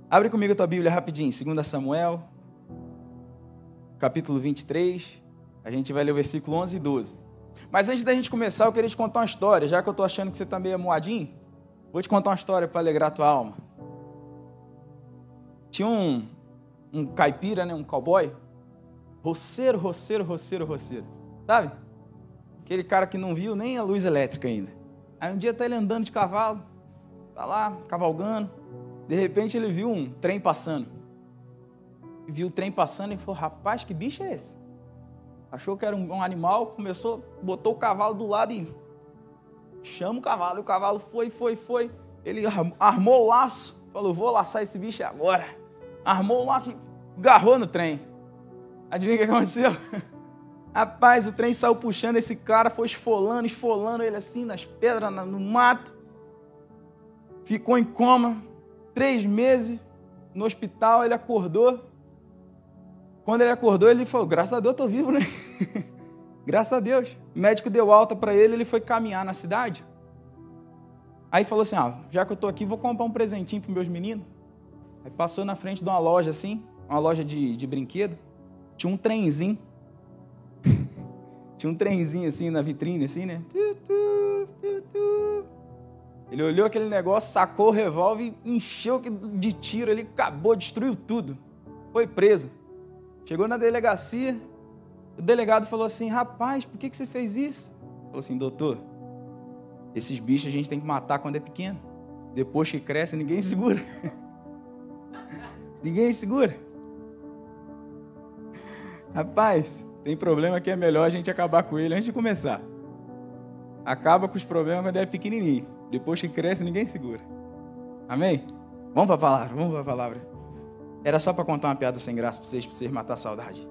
Abre comigo a tua Bíblia rapidinho, 2 Samuel, capítulo 23, a gente vai ler o versículo 11 e 12. Mas antes da gente começar, eu queria te contar uma história, já que eu estou achando que você está meio amuadinho, vou te contar uma história para alegrar a tua alma. Tinha um caipira, né, um cowboy, roceiro, sabe? Aquele cara que não viu nem a luz elétrica ainda. Aí um dia tá ele andando de cavalo, tá lá, cavalgando, de repente ele viu um trem passando. Viu o trem passando e falou, rapaz, que bicho é esse? Achou que era um animal, botou o cavalo do lado e chama o cavalo. E o cavalo foi. Ele armou o laço, falou, vou laçar esse bicho agora. Armou o laço e agarrou no trem. Adivinha o que aconteceu? Rapaz, o trem saiu puxando esse cara, foi esfolando ele assim nas pedras, no mato. Ficou em coma, 3 meses no hospital, ele acordou. Quando ele acordou, ele falou, graças a Deus eu tô vivo, né? Graças a Deus. O médico deu alta para ele, ele foi caminhar na cidade. Aí falou assim, já que eu tô aqui, vou comprar um presentinho pros meus meninos. Aí passou na frente de uma loja assim, uma loja de brinquedo. Tinha um trenzinho. Tinha um trenzinho assim na vitrine, assim, né? Ele olhou aquele negócio, sacou o revólver, encheu de tiro, ele acabou, destruiu tudo. Foi preso. Chegou na delegacia, o delegado falou assim, rapaz, por que você fez isso? Falou assim, doutor, esses bichos a gente tem que matar quando é pequeno. Depois que cresce, ninguém segura. Ninguém segura. Rapaz, tem problema que é melhor a gente acabar com ele antes de começar. Acaba com os problemas quando é pequenininho. Depois que cresce, ninguém segura. Amém? Vamos para a palavra. Era só para contar uma piada sem graça para vocês matar a saudade.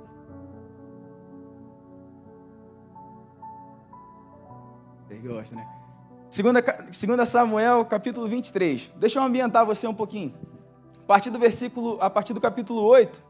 Vocês gostam, né? 2 Samuel, capítulo 23. Deixa eu ambientar você um pouquinho. A partir do capítulo 8,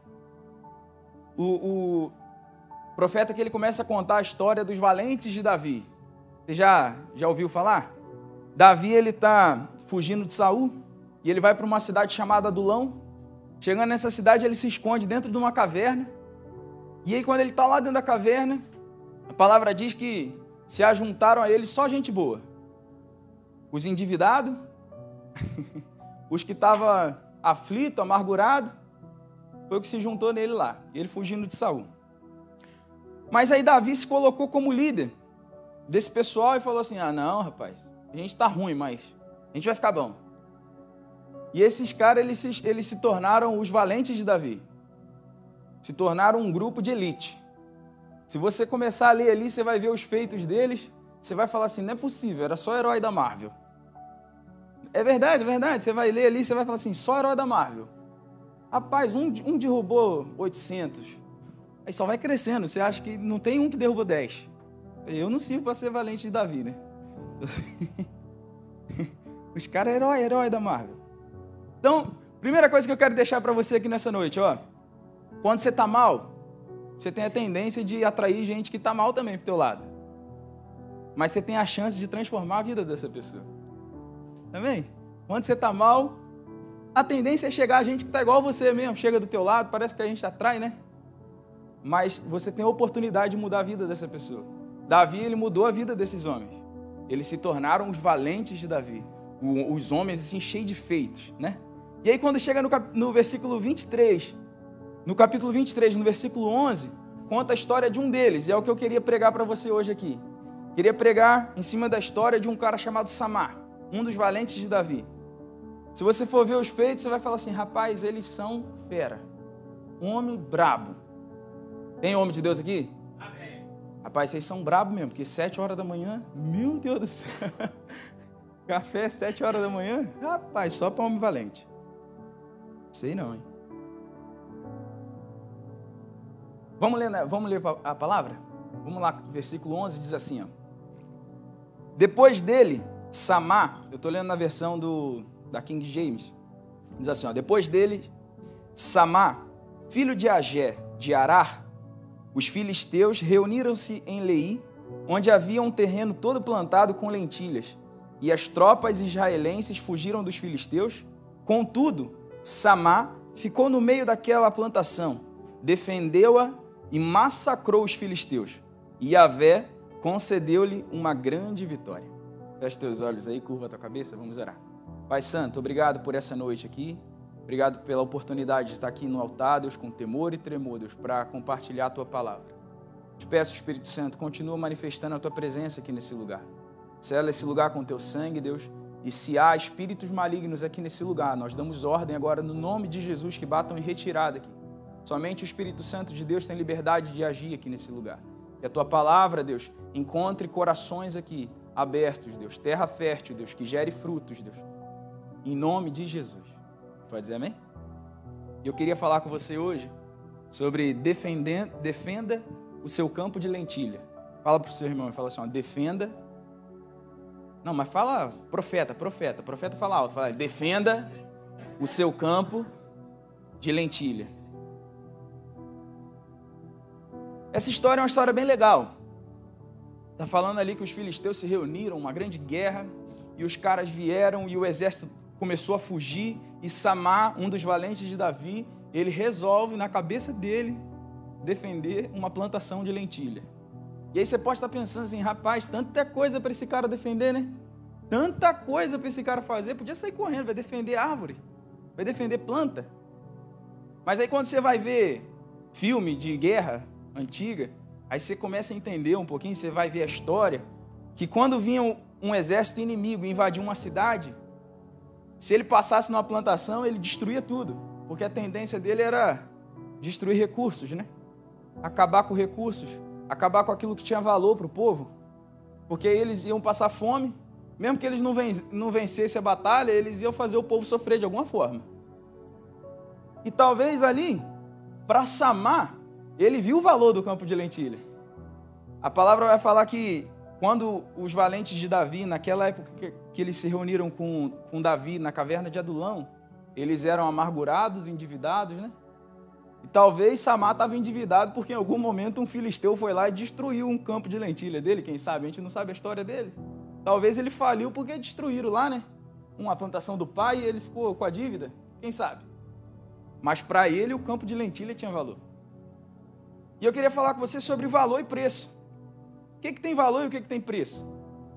o profeta que ele começa a contar a história dos valentes de Davi. Você já ouviu falar? Davi, ele está fugindo de Saul e ele vai para uma cidade chamada Adulão. Chegando nessa cidade, ele se esconde dentro de uma caverna. E aí, quando ele está lá dentro da caverna, a palavra diz que se ajuntaram a ele só gente boa. Os endividados, os que estavam aflitos, amargurados, foi o que se juntou nele lá. Ele fugindo de Saul. Mas aí Davi se colocou como líder desse pessoal e falou assim, não, rapaz, a gente está ruim, mas a gente vai ficar bom. E esses caras, eles se tornaram os valentes de Davi. Se tornaram um grupo de elite. Se você começar a ler ali, você vai ver os feitos deles, você vai falar assim, não é possível, era só herói da Marvel. É verdade. Você vai ler ali, você vai falar assim, só herói da Marvel. Rapaz, um derrubou 800. Aí só vai crescendo, você acha que não tem um que derrubou 10. Eu não sirvo para ser valente de Davi, né? Os caras herói da Marvel. Então, primeira coisa que eu quero deixar para você aqui nessa noite, quando você está mal, você tem a tendência de atrair gente que está mal também pro teu lado. Mas você tem a chance de transformar a vida dessa pessoa. Também? Quando você está mal, a tendência é chegar a gente que está igual a você mesmo, chega do teu lado, parece que a gente atrai, né? Mas você tem a oportunidade de mudar a vida dessa pessoa. Davi, ele mudou a vida desses homens. Eles se tornaram os valentes de Davi. Os homens, assim, cheios de feitos, né? E aí, quando chega no versículo 23, no capítulo 23, no versículo 11, conta a história de um deles, e é o que eu queria pregar para você hoje aqui. Queria pregar em cima da história de um cara chamado Samar, um dos valentes de Davi. Se você for ver os feitos, você vai falar assim, rapaz, eles são fera. Um homem brabo. Tem homem de Deus aqui? Amém. Rapaz, vocês são brabos mesmo, porque 7 horas da manhã, meu Deus do céu. Café 7 horas da manhã? Rapaz, só para homem valente. Sei não, hein? Vamos ler a palavra? Vamos lá, versículo 11 diz assim, Depois dele, Samar, eu estou lendo na versão da King James, diz assim, depois dele, Samar, filho de Agé, de Arar, os filisteus reuniram-se em Leí, onde havia um terreno todo plantado com lentilhas, e as tropas israelenses fugiram dos filisteus. Contudo, Samá ficou no meio daquela plantação, defendeu-a e massacrou os filisteus. E Yahvé concedeu-lhe uma grande vitória. Feche teus olhos aí, curva a tua cabeça, vamos orar. Pai Santo, obrigado por essa noite aqui. Obrigado pela oportunidade de estar aqui no altar, Deus, com temor e tremor, Deus, para compartilhar a tua palavra. Te peço, Espírito Santo, continua manifestando a tua presença aqui nesse lugar. Sela esse lugar com teu sangue, Deus. E se há espíritos malignos aqui nesse lugar, nós damos ordem agora no nome de Jesus que batam em retirada aqui. Somente o Espírito Santo de Deus tem liberdade de agir aqui nesse lugar. Que a tua palavra, Deus, encontre corações aqui abertos, Deus. Terra fértil, Deus, que gere frutos, Deus. Em nome de Jesus. Pode dizer amém? E eu queria falar com você hoje sobre defenda o seu campo de lentilha. Fala para o seu irmão e fala assim, ó, defenda. Não, mas fala profeta fala alto, fala, defenda o seu campo de lentilha. Essa história é uma história bem legal. Está falando ali que os filisteus se reuniram, uma grande guerra, e os caras vieram e o exército começou a fugir, e Samá, um dos valentes de Davi, ele resolve na cabeça dele defender uma plantação de lentilha. E aí você pode estar pensando assim, rapaz, tanta coisa para esse cara defender, né? Tanta coisa para esse cara fazer, podia sair correndo, vai defender árvore, vai defender planta. Mas aí quando você vai ver filme de guerra antiga, aí você começa a entender um pouquinho, você vai ver a história, que quando vinha um exército inimigo invadir uma cidade, se ele passasse numa plantação, ele destruía tudo, porque a tendência dele era destruir recursos, né? Acabar com recursos, acabar com aquilo que tinha valor para o povo, porque eles iam passar fome, mesmo que eles não vencessem a batalha, eles iam fazer o povo sofrer de alguma forma. E talvez ali, para Samá, ele viu o valor do campo de lentilha. A palavra vai falar que quando os valentes de Davi, naquela época que eles se reuniram com Davi na caverna de Adulão, eles eram amargurados, endividados, né? E talvez Samá estava endividado porque em algum momento um filisteu foi lá e destruiu um campo de lentilha dele, quem sabe? A gente não sabe a história dele. Talvez ele faliu porque destruíram lá, né? Uma plantação do pai e ele ficou com a dívida, quem sabe? Mas para ele o campo de lentilha tinha valor. E eu queria falar com você sobre valor e preço. O que tem valor e o que tem preço?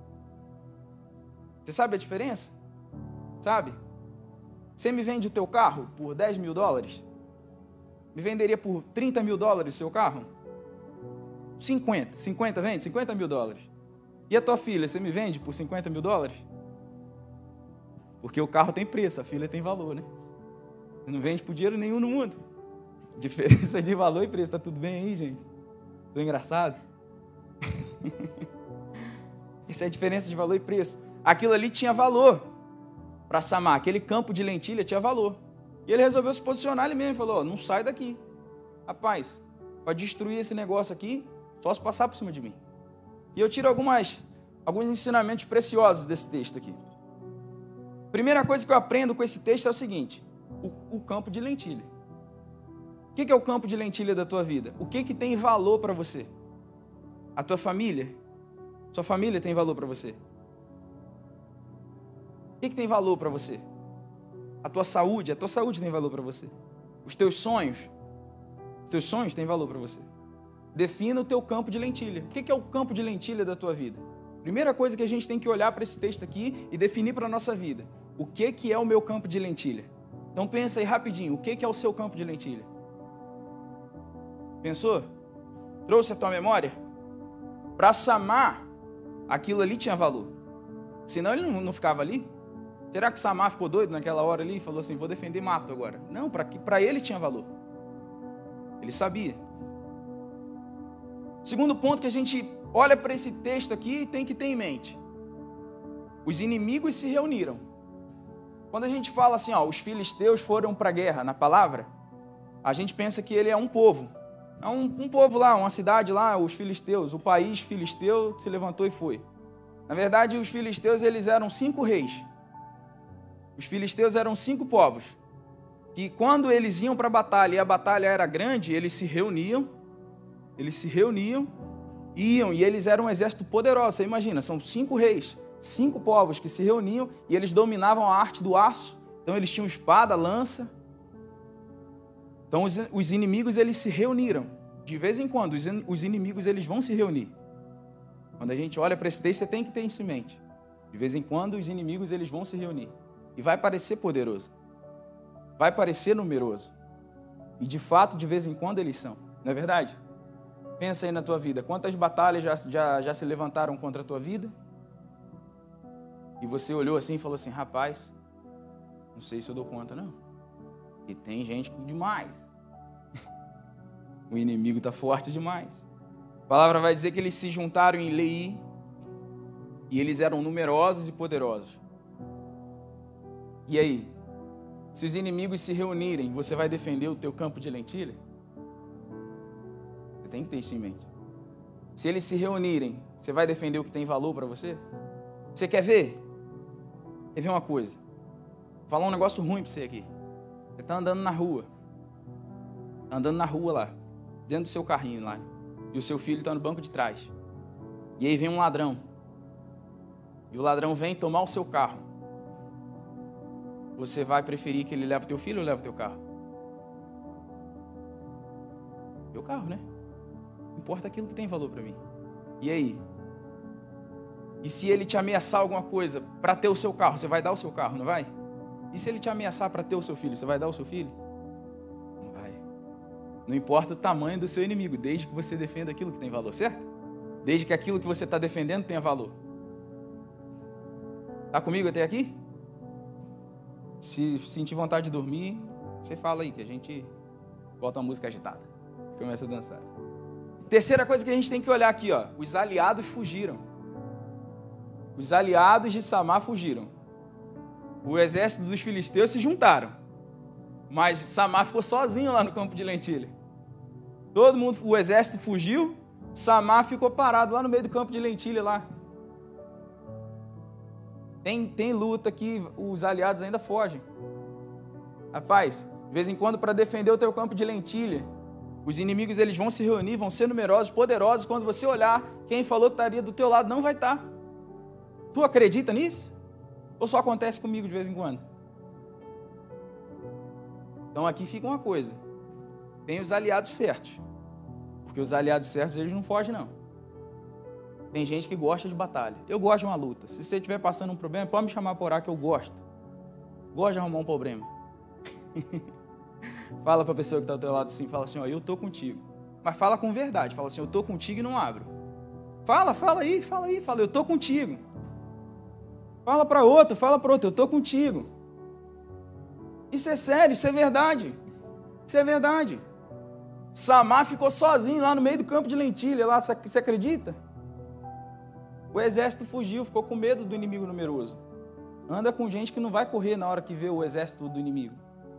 Você sabe a diferença? Sabe? Você me vende o teu carro por 10 mil dólares? Me venderia por 30 mil dólares o seu carro? 50 vende? 50 mil dólares. E a tua filha, você me vende por 50 mil dólares? Porque o carro tem preço, a filha tem valor, né? Você não vende por dinheiro nenhum no mundo. Diferença de valor e preço, tá tudo bem aí, gente? Tô engraçado? Essa é a diferença de valor e preço. Aquilo ali tinha valor para Samá, aquele campo de lentilha tinha valor. E ele resolveu se posicionar ali mesmo, falou, não sai daqui. Rapaz, para destruir esse negócio aqui, só se passar por cima de mim. E eu tiro alguns ensinamentos preciosos desse texto aqui. Primeira coisa que eu aprendo com esse texto é o seguinte, o campo de lentilha. O que é o campo de lentilha da tua vida? O que tem valor para você? A tua família? Sua família tem valor para você? O que tem valor para você? A tua saúde tem valor para você? Os teus sonhos têm valor para você? Defina o teu campo de lentilha. O que é o campo de lentilha da tua vida? Primeira coisa que a gente tem que olhar para esse texto aqui e definir para a nossa vida. O que é o meu campo de lentilha? Então pensa aí rapidinho, o que é o seu campo de lentilha? Pensou? Trouxe a tua memória? Para Samá, aquilo ali tinha valor. Senão ele não ficava ali. Será que Samá ficou doido naquela hora ali e falou assim, vou defender mato agora? Não, para ele tinha valor. Ele sabia. Segundo ponto que a gente olha para esse texto aqui e tem que ter em mente. Os inimigos se reuniram. Quando a gente fala assim, os filisteus foram para a guerra, na palavra, a gente pensa que ele é um povo. É um povo lá, uma cidade lá, os filisteus, o país filisteu se levantou e foi. Na verdade, os filisteus, eles eram 5 reis. Os filisteus eram 5 povos, que quando eles iam para a batalha, e a batalha era grande, eles se reuniam, iam, e eles eram um exército poderoso. Você imagina, são 5 reis, 5 povos que se reuniam, e eles dominavam a arte do aço. Então eles tinham espada, lança, Então os inimigos eles se reuniram. De vez em quando os inimigos eles vão se reunir. Quando a gente olha para esse texto, você tem que ter isso em mente. De vez em quando os inimigos eles vão se reunir. E vai parecer poderoso. Vai parecer numeroso. E de fato, de vez em quando eles são. Não é verdade? Pensa aí na tua vida. Quantas batalhas já se levantaram contra a tua vida? E você olhou assim e falou assim, rapaz, não sei se eu dou conta, não. E tem gente demais. O inimigo está forte demais. A palavra vai dizer que eles se juntaram em Leí e eles eram numerosos e poderosos. E aí? Se os inimigos se reunirem, você vai defender o teu campo de lentilha? Você tem que ter isso em mente. Se eles se reunirem, você vai defender o que tem valor para você? Você quer ver? Quer ver uma coisa? Vou falar um negócio ruim para você aqui. Você está andando na rua. Está andando na rua lá. Dentro do seu carrinho lá. E o seu filho está no banco de trás. E aí vem um ladrão. E o ladrão vem tomar o seu carro. Você vai preferir que ele leve o teu filho ou leve o teu carro? Teu carro, né? Importa aquilo que tem valor para mim. E aí? E se ele te ameaçar alguma coisa para ter o seu carro, você vai dar o seu carro, não vai? E se ele te ameaçar para ter o seu filho, você vai dar o seu filho? Não vai. Não importa o tamanho do seu inimigo, desde que você defenda aquilo que tem valor, certo? Desde que aquilo que você está defendendo tenha valor. Está comigo até aqui? Se sentir vontade de dormir, você fala aí, que a gente bota uma música agitada. Começa a dançar. Terceira coisa que a gente tem que olhar aqui, ó. Os aliados fugiram. Os aliados de Samar fugiram. O exército dos filisteus se juntaram. Mas Samar ficou sozinho lá no campo de lentilha. Todo mundo, o exército fugiu, Samar ficou parado lá no meio do campo de lentilha lá. Tem luta que os aliados ainda fogem. Rapaz, de vez em quando para defender o teu campo de lentilha, os inimigos eles vão se reunir, vão ser numerosos, poderosos. Quando você olhar, quem falou que estaria do teu lado não vai estar. Tu acredita nisso? Ou só acontece comigo de vez em quando? Então aqui fica uma coisa. Tem os aliados certos. Porque os aliados certos eles não fogem não. Tem gente que gosta de batalha. Eu gosto de uma luta. Se você estiver passando um problema, pode me chamar para orar que eu gosto. Gosto de arrumar um problema. Fala para a pessoa que está ao teu lado assim, fala assim, ó, eu estou contigo. Mas fala com verdade, fala assim, eu estou contigo e não abro. Fala aí, eu estou contigo. Fala para outro, eu estou contigo. Isso é sério, isso é verdade. Isso é verdade. Samar ficou sozinho lá no meio do campo de lentilha, lá, você acredita? O exército fugiu, ficou com medo do inimigo numeroso. Anda com gente que não vai correr na hora que vê o exército do inimigo.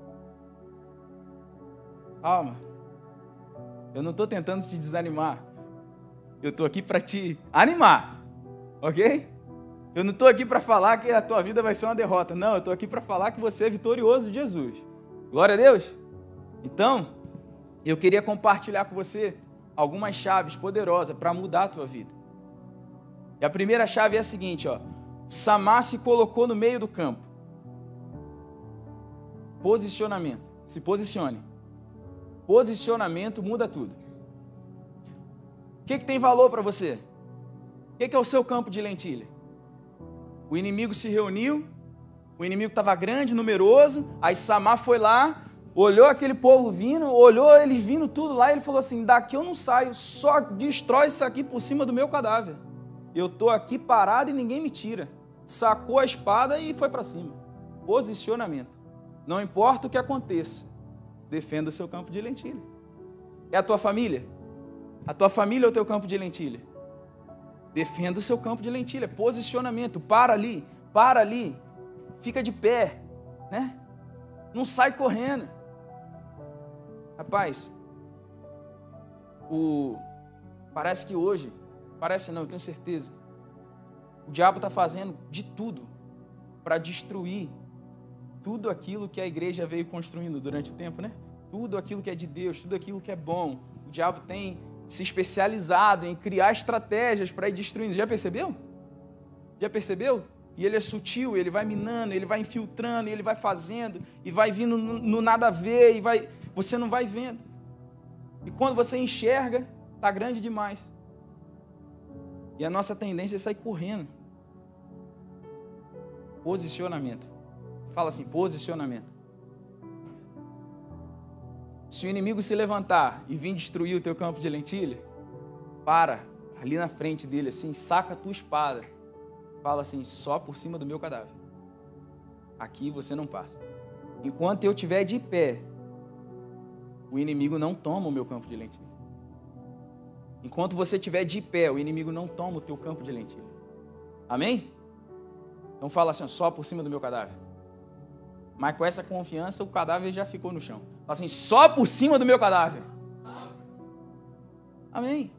Calma. Eu não estou tentando te desanimar. Eu estou aqui para te animar. Ok? Eu não estou aqui para falar que a tua vida vai ser uma derrota. Não, eu estou aqui para falar que você é vitorioso de Jesus. Glória a Deus. Então, eu queria compartilhar com você algumas chaves poderosas para mudar a tua vida. E a primeira chave é a seguinte, ó. Samar se colocou no meio do campo. Posicionamento. Se posicione. Posicionamento muda tudo. O que tem valor para você? O que é o seu campo de lentilha? O inimigo se reuniu, o inimigo estava grande, numeroso, aí Samar foi lá, olhou aquele povo vindo, olhou eles vindo tudo lá, e ele falou assim, daqui eu não saio, só destrói isso aqui por cima do meu cadáver. Eu estou aqui parado e ninguém me tira. Sacou a espada e foi para cima. Posicionamento. Não importa o que aconteça, defenda o seu campo de lentilha. É a tua família? A tua família é o teu campo de lentilha? Defenda o seu campo de lentilha. Posicionamento. Para ali. Fica de pé, né? Não sai correndo. Rapaz, parece que hoje, parece não, eu tenho certeza, o diabo está fazendo de tudo para destruir tudo aquilo que a igreja veio construindo durante o tempo, né? Tudo aquilo que é de Deus, tudo aquilo que é bom. O diabo tem se especializado em criar estratégias para ir destruindo. Já percebeu? Já percebeu? E ele é sutil, ele vai minando, ele vai infiltrando, ele vai fazendo, e vai vindo no nada a ver, você não vai vendo. E quando você enxerga, está grande demais. E a nossa tendência é sair correndo. Posicionamento. Fala assim, posicionamento. Se o inimigo se levantar e vir destruir o teu campo de lentilha, para ali na frente dele assim, saca a tua espada. Fala assim, só por cima do meu cadáver. Aqui você não passa. Enquanto eu estiver de pé, o inimigo não toma o meu campo de lentilha. Enquanto você estiver de pé, o inimigo não toma o teu campo de lentilha. Amém? Então fala assim, só por cima do meu cadáver. Mas com essa confiança, o cadáver já ficou no chão. Fala assim, só por cima do meu cadáver. Amém?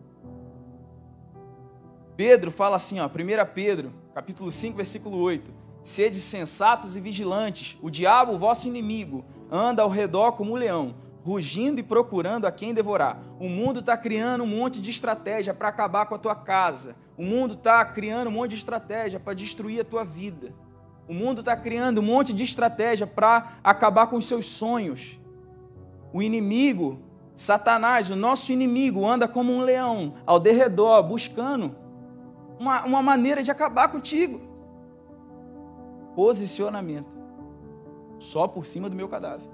Pedro fala assim, 1 Pedro, capítulo 5, versículo 8. Sede sensatos e vigilantes, o diabo, vosso inimigo, anda ao redor como um leão, rugindo e procurando a quem devorar. O mundo está criando um monte de estratégia para acabar com a tua casa. O mundo está criando um monte de estratégia para destruir a tua vida. O mundo está criando um monte de estratégia para acabar com os seus sonhos. O inimigo, Satanás, o nosso inimigo, anda como um leão ao derredor, buscando uma maneira de acabar contigo. Posicionamento. Só por cima do meu cadáver.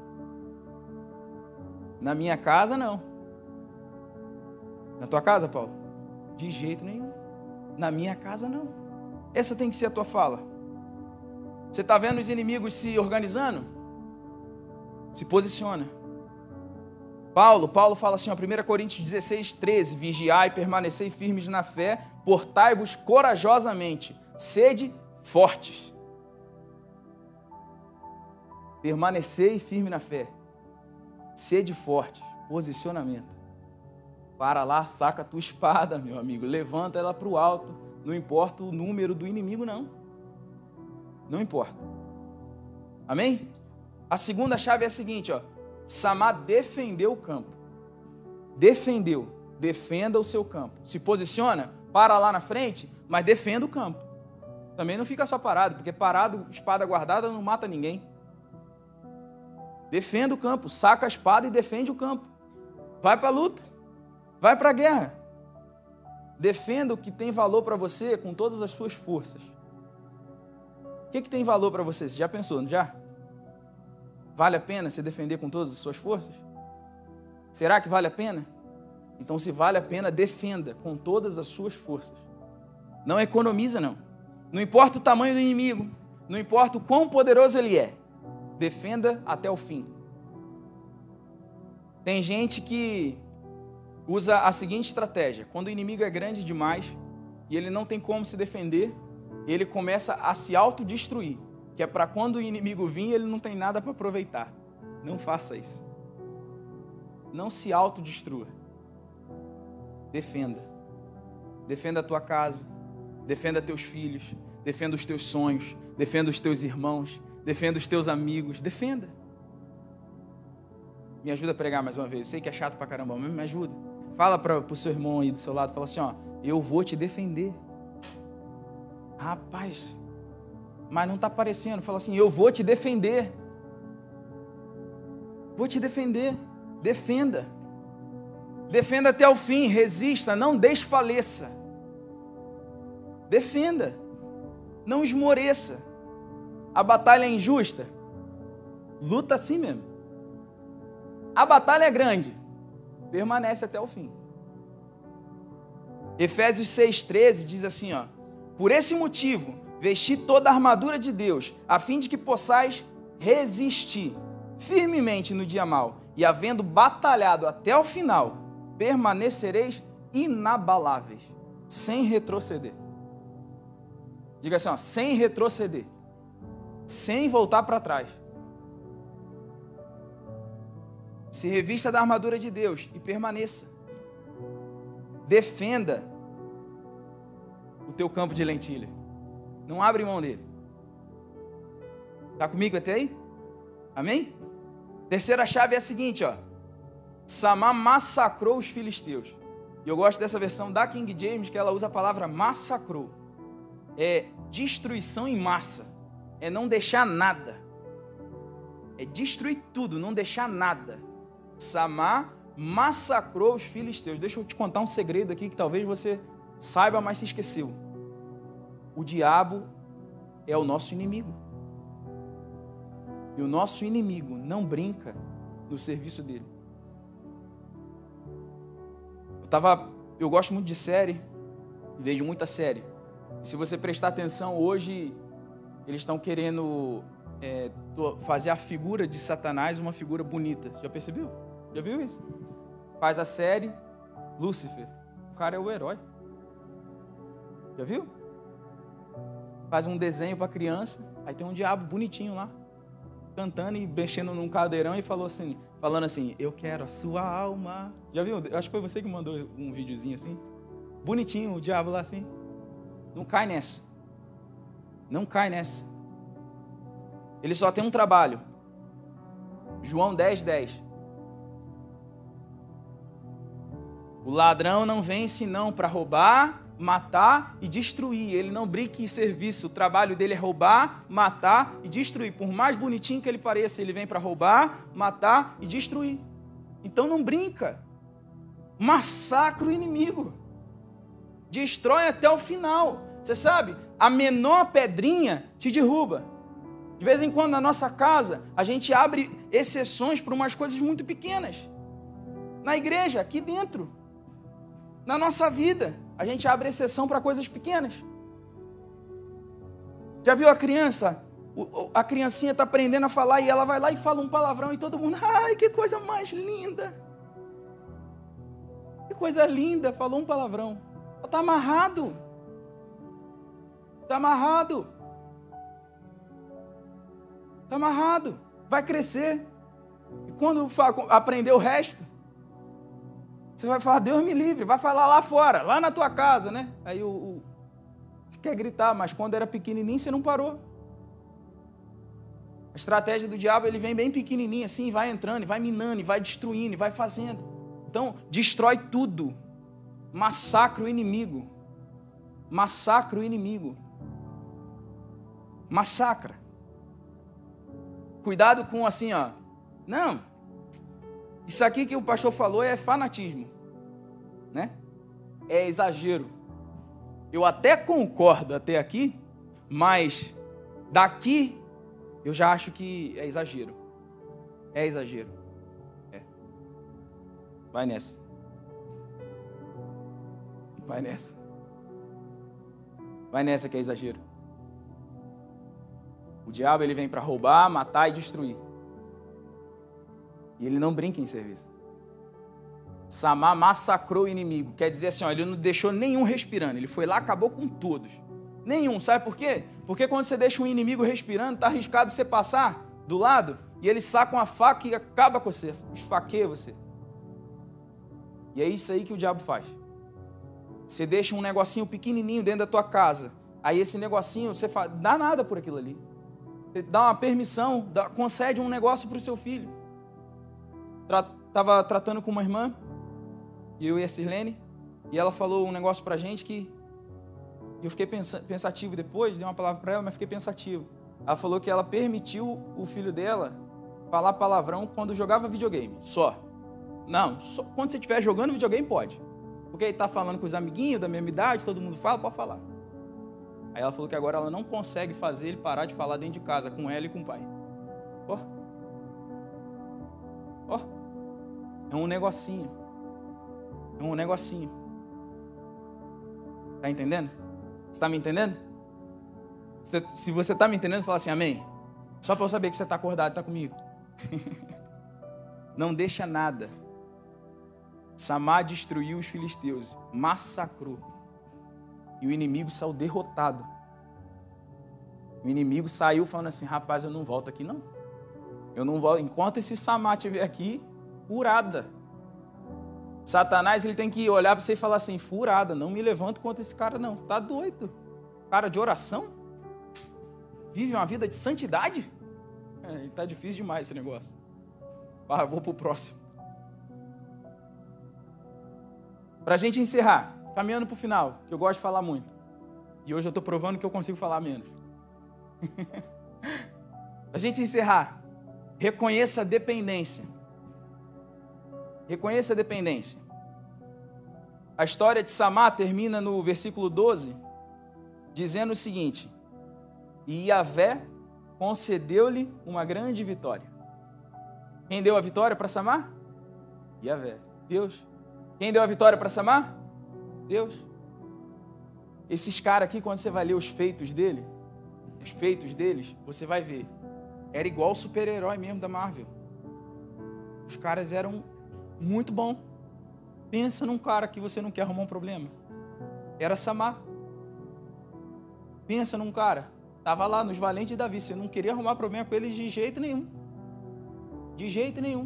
Na minha casa, não. Na tua casa, Paulo? De jeito nenhum. Na minha casa, não. Essa tem que ser a tua fala. Você está vendo os inimigos se organizando? Se posiciona. Paulo fala assim, 1 Coríntios 16, 13, vigiai e permanecei firmes na fé, portai-vos corajosamente, sede fortes. Permanecei firme na fé, sede forte, posicionamento. Para lá, saca a tua espada, meu amigo, levanta ela para o alto, não importa o número do inimigo, não. Não importa. Amém? A segunda chave é a seguinte, Samar defendeu o campo. Defendeu. Defenda o seu campo. Se posiciona, para lá na frente, mas defenda o campo. Também não fica só parado, porque parado, espada guardada, não mata ninguém. Defenda o campo. Saca a espada e defende o campo. Vai para a luta. Vai para a guerra. Defenda o que tem valor para você com todas as suas forças. O que tem valor para você? Você já pensou, não já? Vale a pena se defender com todas as suas forças? Será que vale a pena? Então, se vale a pena, defenda com todas as suas forças. Não economiza, não. Não importa o tamanho do inimigo, não importa o quão poderoso ele é. Defenda até o fim. Tem gente que usa a seguinte estratégia. Quando o inimigo é grande demais e ele não tem como se defender, ele começa a se autodestruir, que é para quando o inimigo vir, ele não tem nada para aproveitar. Não faça isso. Não se autodestrua. Defenda. Defenda a tua casa, defenda teus filhos, defenda os teus sonhos, defenda os teus irmãos, defenda os teus amigos, defenda. Me ajuda a pregar mais uma vez. Eu sei que é chato pra caramba, mas me ajuda. Fala pro seu irmão aí do seu lado, fala assim, eu vou te defender. Rapaz, mas não está aparecendo. Fala assim, eu vou te defender. Vou te defender. Defenda. Defenda até o fim. Resista, não desfaleça. Defenda. Não esmoreça. A batalha é injusta. Luta assim mesmo. A batalha é grande. Permanece até o fim. Efésios 6,13 diz assim, por esse motivo, vesti toda a armadura de Deus, a fim de que possais resistir firmemente no dia mau, e havendo batalhado até o final, permanecereis inabaláveis, sem retroceder. Diga assim, sem retroceder, sem voltar para trás. Se revista da armadura de Deus e permaneça. Defenda o teu campo de lentilha. Não abre mão dele. Está comigo até aí? Amém? Terceira chave é a seguinte, Samar massacrou os filisteus. E eu gosto dessa versão da King James, que ela usa a palavra massacrou. é destruição em massa. É não deixar nada. É destruir tudo, não deixar nada. Samá massacrou os filisteus. Deixa eu te contar um segredo aqui que talvez você saiba, mas se esqueceu. O diabo é o nosso inimigo. E o nosso inimigo não brinca no serviço dele. Eu gosto muito de série, vejo muita série. E se você prestar atenção, hoje eles estão querendo fazer a figura de Satanás uma figura bonita. Já percebeu? Já viu isso? Faz a série Lúcifer. O cara é o herói. Já viu? Faz um desenho para criança, aí tem um diabo bonitinho lá, cantando e mexendo num caldeirão e falando assim, eu quero a sua alma. Já viu? Eu acho que foi você que mandou um videozinho assim. Bonitinho, o diabo lá assim. Não cai nessa. Não cai nessa. Ele só tem um trabalho. João 10:10. O ladrão não vem senão para roubar, matar e destruir. Ele não brinca em serviço. O trabalho dele é roubar, matar e destruir. Por mais bonitinho que ele pareça, ele vem para roubar, matar e destruir. Então não brinca. Massacra o inimigo. Destrói até o final. Você sabe, a menor pedrinha te derruba. De vez em quando na nossa casa, a gente abre exceções para umas coisas muito pequenas. Na igreja, aqui dentro. Na nossa vida, a gente abre exceção para coisas pequenas. Já viu a criança? A criancinha está aprendendo a falar e ela vai lá e fala um palavrão e todo mundo, ai, que coisa mais linda. Que coisa linda, falou um palavrão. Ela está amarrado. Está amarrado. Está amarrado. Vai crescer. E quando aprender o resto, você vai falar, Deus me livre, vai falar lá fora, lá na tua casa, né? Aí você quer gritar, mas quando era pequenininho você não parou. A estratégia do diabo, ele vem bem pequenininho assim, e vai entrando, e vai minando, e vai destruindo, e vai fazendo. Então, destrói tudo. Massacra o inimigo. Massacra o inimigo. Massacra. Cuidado com assim, ó. Não. Isso aqui que o pastor falou é fanatismo, né? É exagero. Eu até concordo até aqui, mas daqui eu já acho que é exagero. É exagero. É. Vai nessa. Vai nessa. Vai nessa que é exagero. O diabo, ele vem para roubar, matar e destruir. E ele não brinca em serviço. Samá massacrou o inimigo. Quer dizer assim, ó, ele não deixou nenhum respirando. Ele foi lá e acabou com todos. Nenhum. Sabe por quê? Porque quando você deixa um inimigo respirando, está arriscado você passar do lado e ele saca uma faca e acaba com você. Esfaqueia você. E é isso aí que o diabo faz. Você deixa um negocinho pequenininho dentro da tua casa. Aí esse negocinho, você dá nada por aquilo ali. Você dá uma permissão, concede um negócio para o seu filho. Estava tratando com uma irmã, eu e a Sirlene, e ela falou um negócio pra gente que eu fiquei pensativo depois, dei uma palavra para ela, mas fiquei pensativo. Ela falou que ela permitiu o filho dela falar palavrão quando jogava videogame, só. Não, só quando você estiver jogando videogame pode. Porque ele está falando com os amiguinhos da mesma idade, todo mundo fala, pode falar. Aí ela falou que agora ela não consegue fazer ele parar de falar dentro de casa, com ela e com o pai. Ó. Ó. É um negocinho. É um negocinho. Está entendendo? Você está me entendendo? Se você está me entendendo, fala assim, amém. Só para eu saber que você está acordado e está comigo. Não deixa nada. Samá destruiu os filisteus. Massacrou. E o inimigo saiu derrotado. O inimigo saiu falando assim, rapaz, eu não volto aqui não. Eu não volto. Enquanto esse Samá estiver aqui, furada. Satanás, ele tem que olhar para você e falar assim, furada, não me levanto contra esse cara não. Tá doido? Cara de oração? Vive uma vida de santidade? Tá difícil demais esse negócio. Vou pro próximo. Para a gente encerrar, caminhando para o final, que eu gosto de falar muito. E hoje eu estou provando que eu consigo falar menos. A gente encerrar. Reconheça a dependência. Reconheça a dependência. A história de Samar termina no versículo 12, dizendo o seguinte: e Yahvé concedeu-lhe uma grande vitória. Quem deu a vitória para Samar? Yahvé, Deus. Quem deu a vitória para Samar? Deus. Esses caras aqui, quando você vai ler os feitos deles, você vai ver. Era igual o super-herói mesmo da Marvel. Os caras eram muito bons. Pensa num cara que você não quer arrumar um problema. Era Samar. Pensa num cara. Estava lá nos valentes de Davi. Você não queria arrumar problema com eles de jeito nenhum. De jeito nenhum.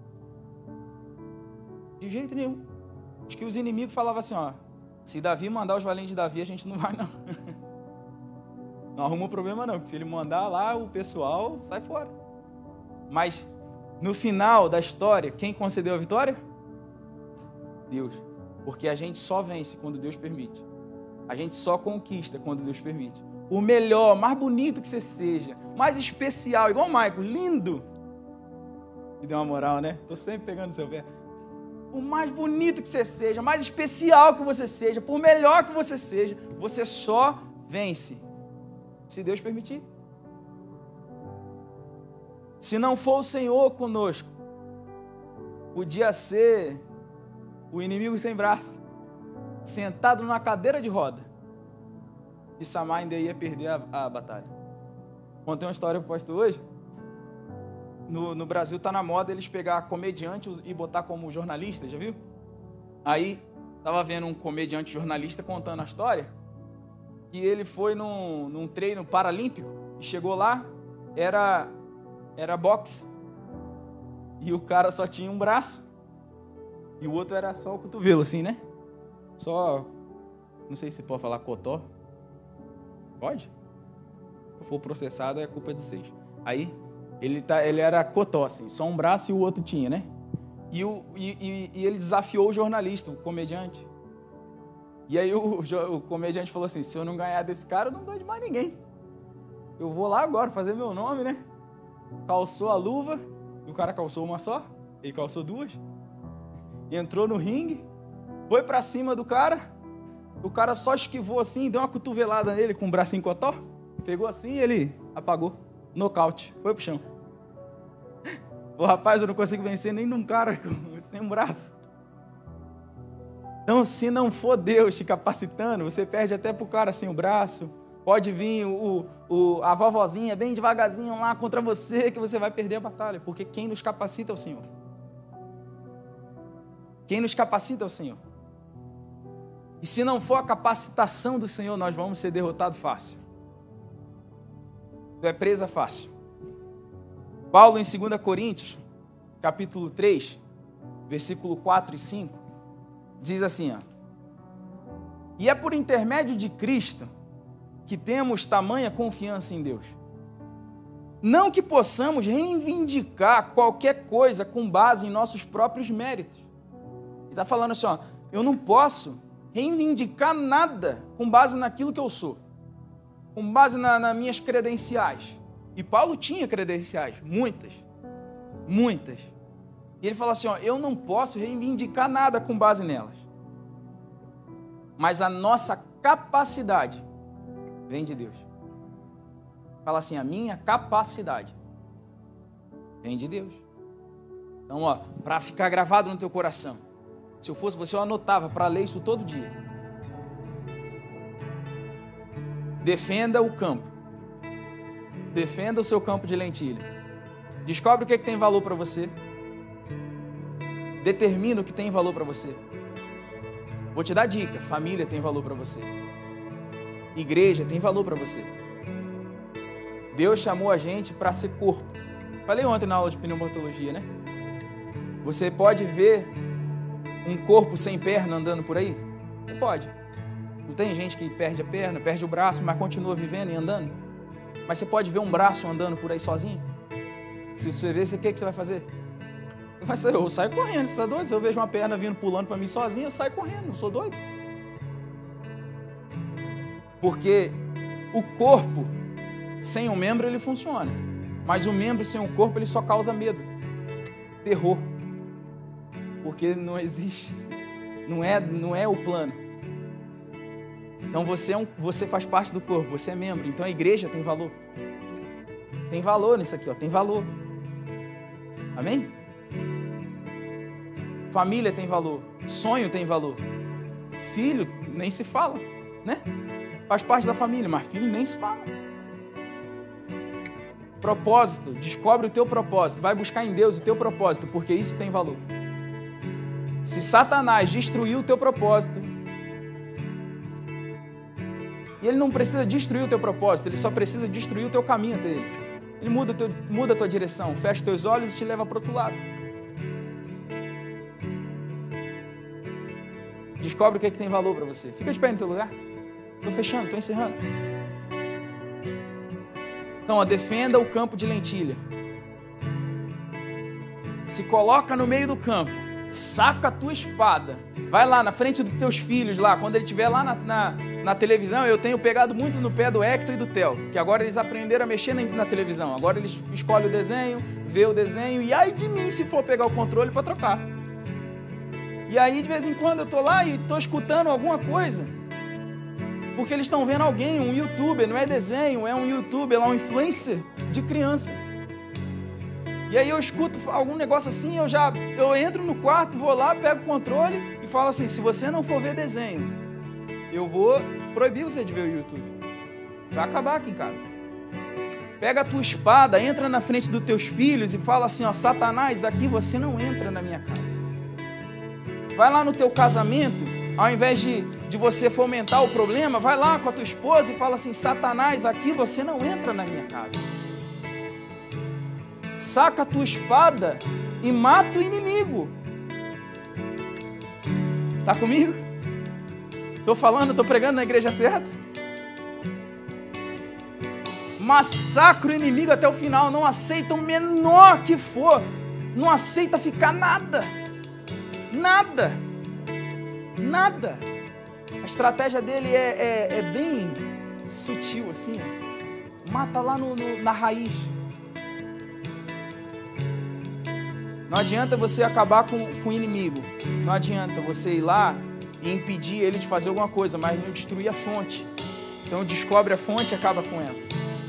De jeito nenhum. Acho que os inimigos falavam assim, ó. Se Davi mandar os valentes de Davi, a gente não vai, não. Não arruma problema, não. Porque se ele mandar lá, o pessoal sai fora. Mas, no final da história, quem concedeu a vitória? Deus. Porque a gente só vence quando Deus permite. A gente só conquista quando Deus permite. O melhor, mais bonito que você seja, mais especial, igual o Michael, lindo. Me deu uma moral, né? Tô sempre pegando seu pé. Por mais bonito que você seja, mais especial que você seja, por melhor que você seja, você só vence se Deus permitir. Se não for o Senhor conosco, podia ser o inimigo sem braço, sentado na cadeira de roda, e Samar ainda ia perder a batalha. Contei uma história para o pastor hoje. No Brasil está na moda eles pegar comediantes e botar como jornalista, já viu? Aí, estava vendo um comediante jornalista contando a história, e ele foi num treino paralímpico, e chegou lá, era boxe, e o cara só tinha um braço, e o outro era só o cotovelo, assim, né? Só, não sei se pode falar cotó. Pode? Se for processado, é culpa de vocês. Aí, ele era cotó, assim, só um braço e o outro tinha, né? E ele desafiou o jornalista, o comediante. E aí o comediante falou assim, se eu não ganhar desse cara, eu não ganho de mais ninguém. Eu vou lá agora fazer meu nome, né? Calçou a luva, e o cara calçou uma só, ele calçou duas. Entrou no ringue, foi pra cima do cara, o cara só esquivou assim, deu uma cotovelada nele com o bracinho cotó, pegou assim e ele apagou. Nocaute, foi pro chão. O rapaz, eu não consigo vencer nem num cara sem um braço. Então, se não for Deus te capacitando, você perde até pro cara sem o braço. Pode vir a vovozinha bem devagarzinho lá contra você, que você vai perder a batalha. Porque quem nos capacita é o Senhor. Quem nos capacita é o Senhor. E se não for a capacitação do Senhor, nós vamos ser derrotados fácil. Tu é presa fácil. Paulo, em 2 Coríntios, capítulo 3, versículo 4 e 5, diz assim, ó, e é por intermédio de Cristo que temos tamanha confiança em Deus. Não que possamos reivindicar qualquer coisa com base em nossos próprios méritos. Ele está falando assim, ó, eu não posso reivindicar nada com base naquilo que eu sou. Com base nas minhas credenciais. E Paulo tinha credenciais, muitas. E ele fala assim, ó, eu não posso reivindicar nada com base nelas. Mas a nossa capacidade vem de Deus. Fala assim, a minha capacidade vem de Deus. Então, ó, para ficar gravado no teu coração, se eu fosse você, eu anotava para ler isso todo dia. Defenda o campo. Defenda o seu campo de lentilha. Descobre o que tem valor para você. Determina o que tem valor para você. Vou te dar dica. Família tem valor para você. Igreja tem valor para você. Deus chamou a gente para ser corpo. Falei ontem na aula de pneumatologia, né? Você pode ver um corpo sem perna andando por aí? Você pode. Não tem gente que perde a perna, perde o braço, mas continua vivendo e andando? Mas você pode ver um braço andando por aí sozinho? Se você ver, o que você vai fazer? Eu saio correndo, você está doido? Se eu vejo uma perna vindo pulando para mim sozinho, eu saio correndo, não sou doido. Porque o corpo, sem um membro, ele funciona. Mas o membro sem um corpo, ele só causa medo, terror. Porque não existe, não é o plano. Então você faz parte do corpo, você é membro. Então a igreja tem valor. Tem valor nisso aqui, ó, tem valor. Amém? Família tem valor, sonho tem valor. Filho nem se fala, né? Faz parte da família, mas filho nem se fala. Propósito, descobre o teu propósito, vai buscar em Deus o teu propósito, porque isso tem valor. Se Satanás destruiu o teu propósito, e ele não precisa destruir o teu propósito, ele só precisa destruir o teu caminho até ele. Ele muda a tua direção, fecha os teus olhos e te leva para o outro lado. Descobre o que tem valor para você. Fica de pé no teu lugar. Estou fechando, estou encerrando. Então, ó, defenda o campo de lentilha. Se coloca no meio do campo. Saca a tua espada. Vai lá na frente dos teus filhos lá. Quando ele estiver lá na televisão, eu tenho pegado muito no pé do Hector e do Theo, que agora eles aprenderam a mexer na televisão. Agora eles escolhem o desenho, vê o desenho, e ai de mim se for pegar o controle para trocar. E aí de vez em quando eu tô lá e tô escutando alguma coisa, porque eles estão vendo alguém, um youtuber, não é desenho, é um youtuber, é um influencer de criança. E aí eu escuto algum negócio assim, eu entro no quarto, vou lá, pego o controle e falo assim: se você não for ver desenho, eu vou proibir você de ver o YouTube. Vai acabar aqui em casa. Pega a tua espada, entra na frente dos teus filhos e fala assim: ó, Satanás, aqui você não entra na minha casa. Vai lá no teu casamento, ao invés de você fomentar o problema, vai lá com a tua esposa e fala assim: Satanás, aqui você não entra na minha casa. Saca a tua espada e mata o inimigo. Tá comigo? Estou falando, estou pregando na igreja certa? Massacra o inimigo até o final. Não aceita o menor que for. Não aceita ficar nada. Nada. Nada. A estratégia dele é bem sutil assim. Mata lá na raiz. Não adianta você acabar com o inimigo. Não adianta você ir lá e impedir ele de fazer alguma coisa, mas não destruir a fonte. Então descobre a fonte e acaba com ela.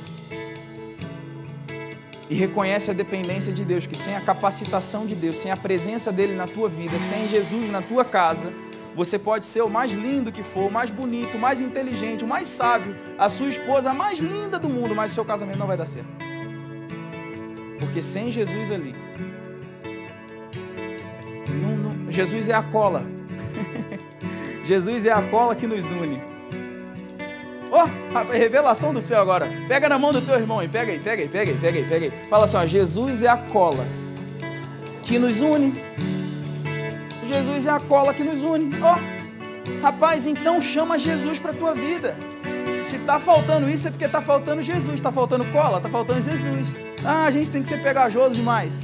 E reconhece a dependência de Deus, que sem a capacitação de Deus, sem a presença dele na tua vida, sem Jesus na tua casa, você pode ser o mais lindo que for, o mais bonito, o mais inteligente, o mais sábio, a sua esposa a mais linda do mundo, mas o seu casamento não vai dar certo. Porque sem Jesus ali, Jesus é a cola. Jesus é a cola que nos une. Oh, revelação do céu agora. Pega na mão do teu irmão e pega aí. Fala assim, ó, Jesus é a cola que nos une. Jesus é a cola que nos une. Oh, rapaz, então chama Jesus para a tua vida. Se está faltando isso é porque está faltando Jesus. Está faltando cola? Está faltando Jesus. Ah, a gente tem que ser pegajoso demais.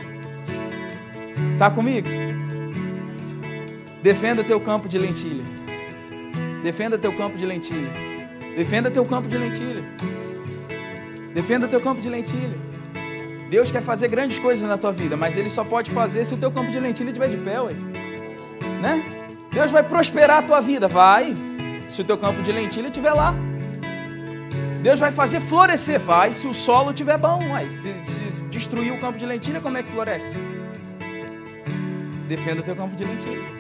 Tá comigo? Defenda teu campo de lentilha. Defenda teu campo de lentilha. Defenda teu campo de lentilha. Defenda teu campo de lentilha. Deus quer fazer grandes coisas na tua vida, mas Ele só pode fazer se o teu campo de lentilha estiver de pé, ué. Né? Deus vai prosperar a tua vida, vai, se o teu campo de lentilha estiver lá. Deus vai fazer florescer, vai, se o solo estiver bom, ué. Se destruir o campo de lentilha, como é que floresce? Defenda o teu campo de lentilha.